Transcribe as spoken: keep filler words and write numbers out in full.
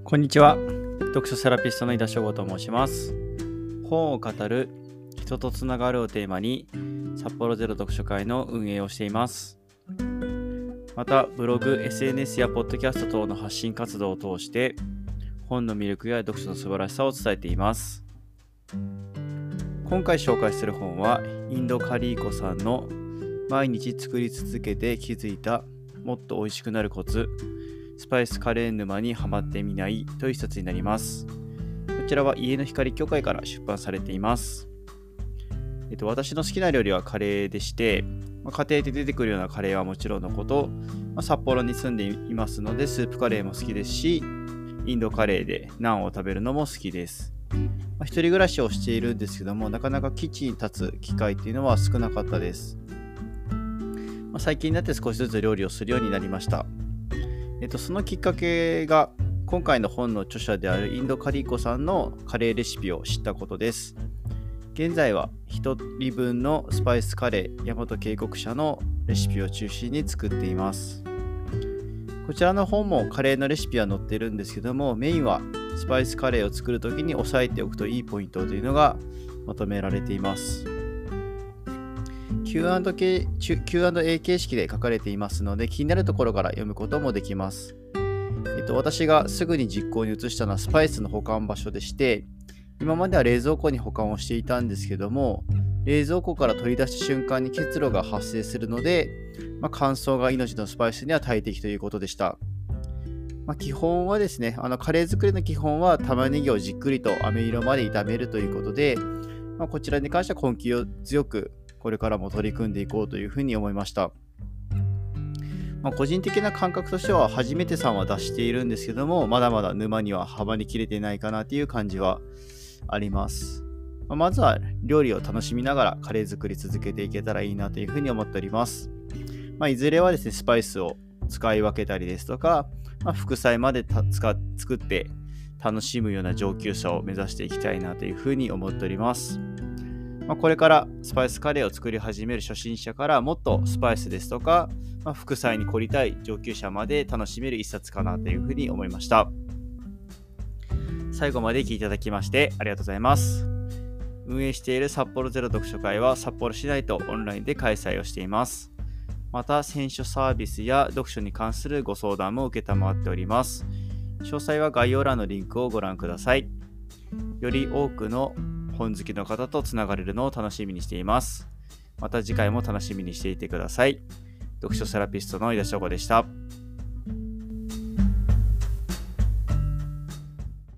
こんにちは。読書セラピストの井田翔吾と申します。本を語る、人とつながるをテーマに札幌ゼロ読書会の運営をしています。またブログ、エスエヌエス やポッドキャスト等の発信活動を通して本の魅力や読書の素晴らしさを伝えています。今回紹介する本はインドカリーコさんの毎日作り続けて気づいたもっと美味しくなるコツ、スパイスカレー沼にはまってみないという一冊になります。こちらは家の光協会から出版されています。えっと、私の好きな料理はカレーでして、まあ、家庭で出てくるようなカレーはもちろんのこと、まあ、札幌に住んでいますのでスープカレーも好きですし、インドカレーでナンを食べるのも好きです。まあ、一人暮らしをしているんですけども、なかなかキッチンに立つ機会っていうのは少なかったです。まあ、最近になって少しずつ料理をするようになりました。えっと、そのきっかけが今回の本の著者であるインドカリーコさんのカレーレシピを知ったことです。現在はひとりぶんのスパイスカレー大和渓谷社のレシピを中心に作っています。こちらの本もカレーのレシピは載っているんですけども、メインはスパイスカレーを作るときに押さえておくといいポイントというのがまとめられています。キューアンドエー 形式で書かれていますので、気になるところから読むこともできます。えっと、私がすぐに実行に移したのはスパイスの保管場所でして、今までは冷蔵庫に保管をしていたんですけども、冷蔵庫から取り出した瞬間に結露が発生するので、まあ、乾燥が命のスパイスには大敵ということでした。まあ、基本はですね、あのカレー作りの基本は玉ねぎをじっくりと飴色まで炒めるということで、まあ、こちらに関しては根気強くこれからも取り組んでいこうというふうに思いました。まあ、個人的な感覚としては初めてさんは出しているんですけども、まだまだ沼にははまりきれていないかなという感じはあります。まあ、まずは料理を楽しみながらカレー作り続けていけたらいいなというふうに思っております。まあ、いずれはですね、スパイスを使い分けたりですとか、まあ、副菜までた使作って楽しむような上級者を目指していきたいなというふうに思っております。まあ、これからスパイスカレーを作り始める初心者からもっとスパイスですとか、まあ、副菜に凝りたい上級者まで楽しめる一冊かなというふうに思いました。最後まで聞いていただきましてありがとうございます。運営している札幌ゼロ読書会は札幌市内とオンラインで開催をしています。また選書サービスや読書に関するご相談も受けたまわっております。詳細は概要欄のリンクをご覧ください。より多くの本好きの方とつながれるのを楽しみにしています。また次回も楽しみにしていてください。読書セラピストの井田翔吾でした。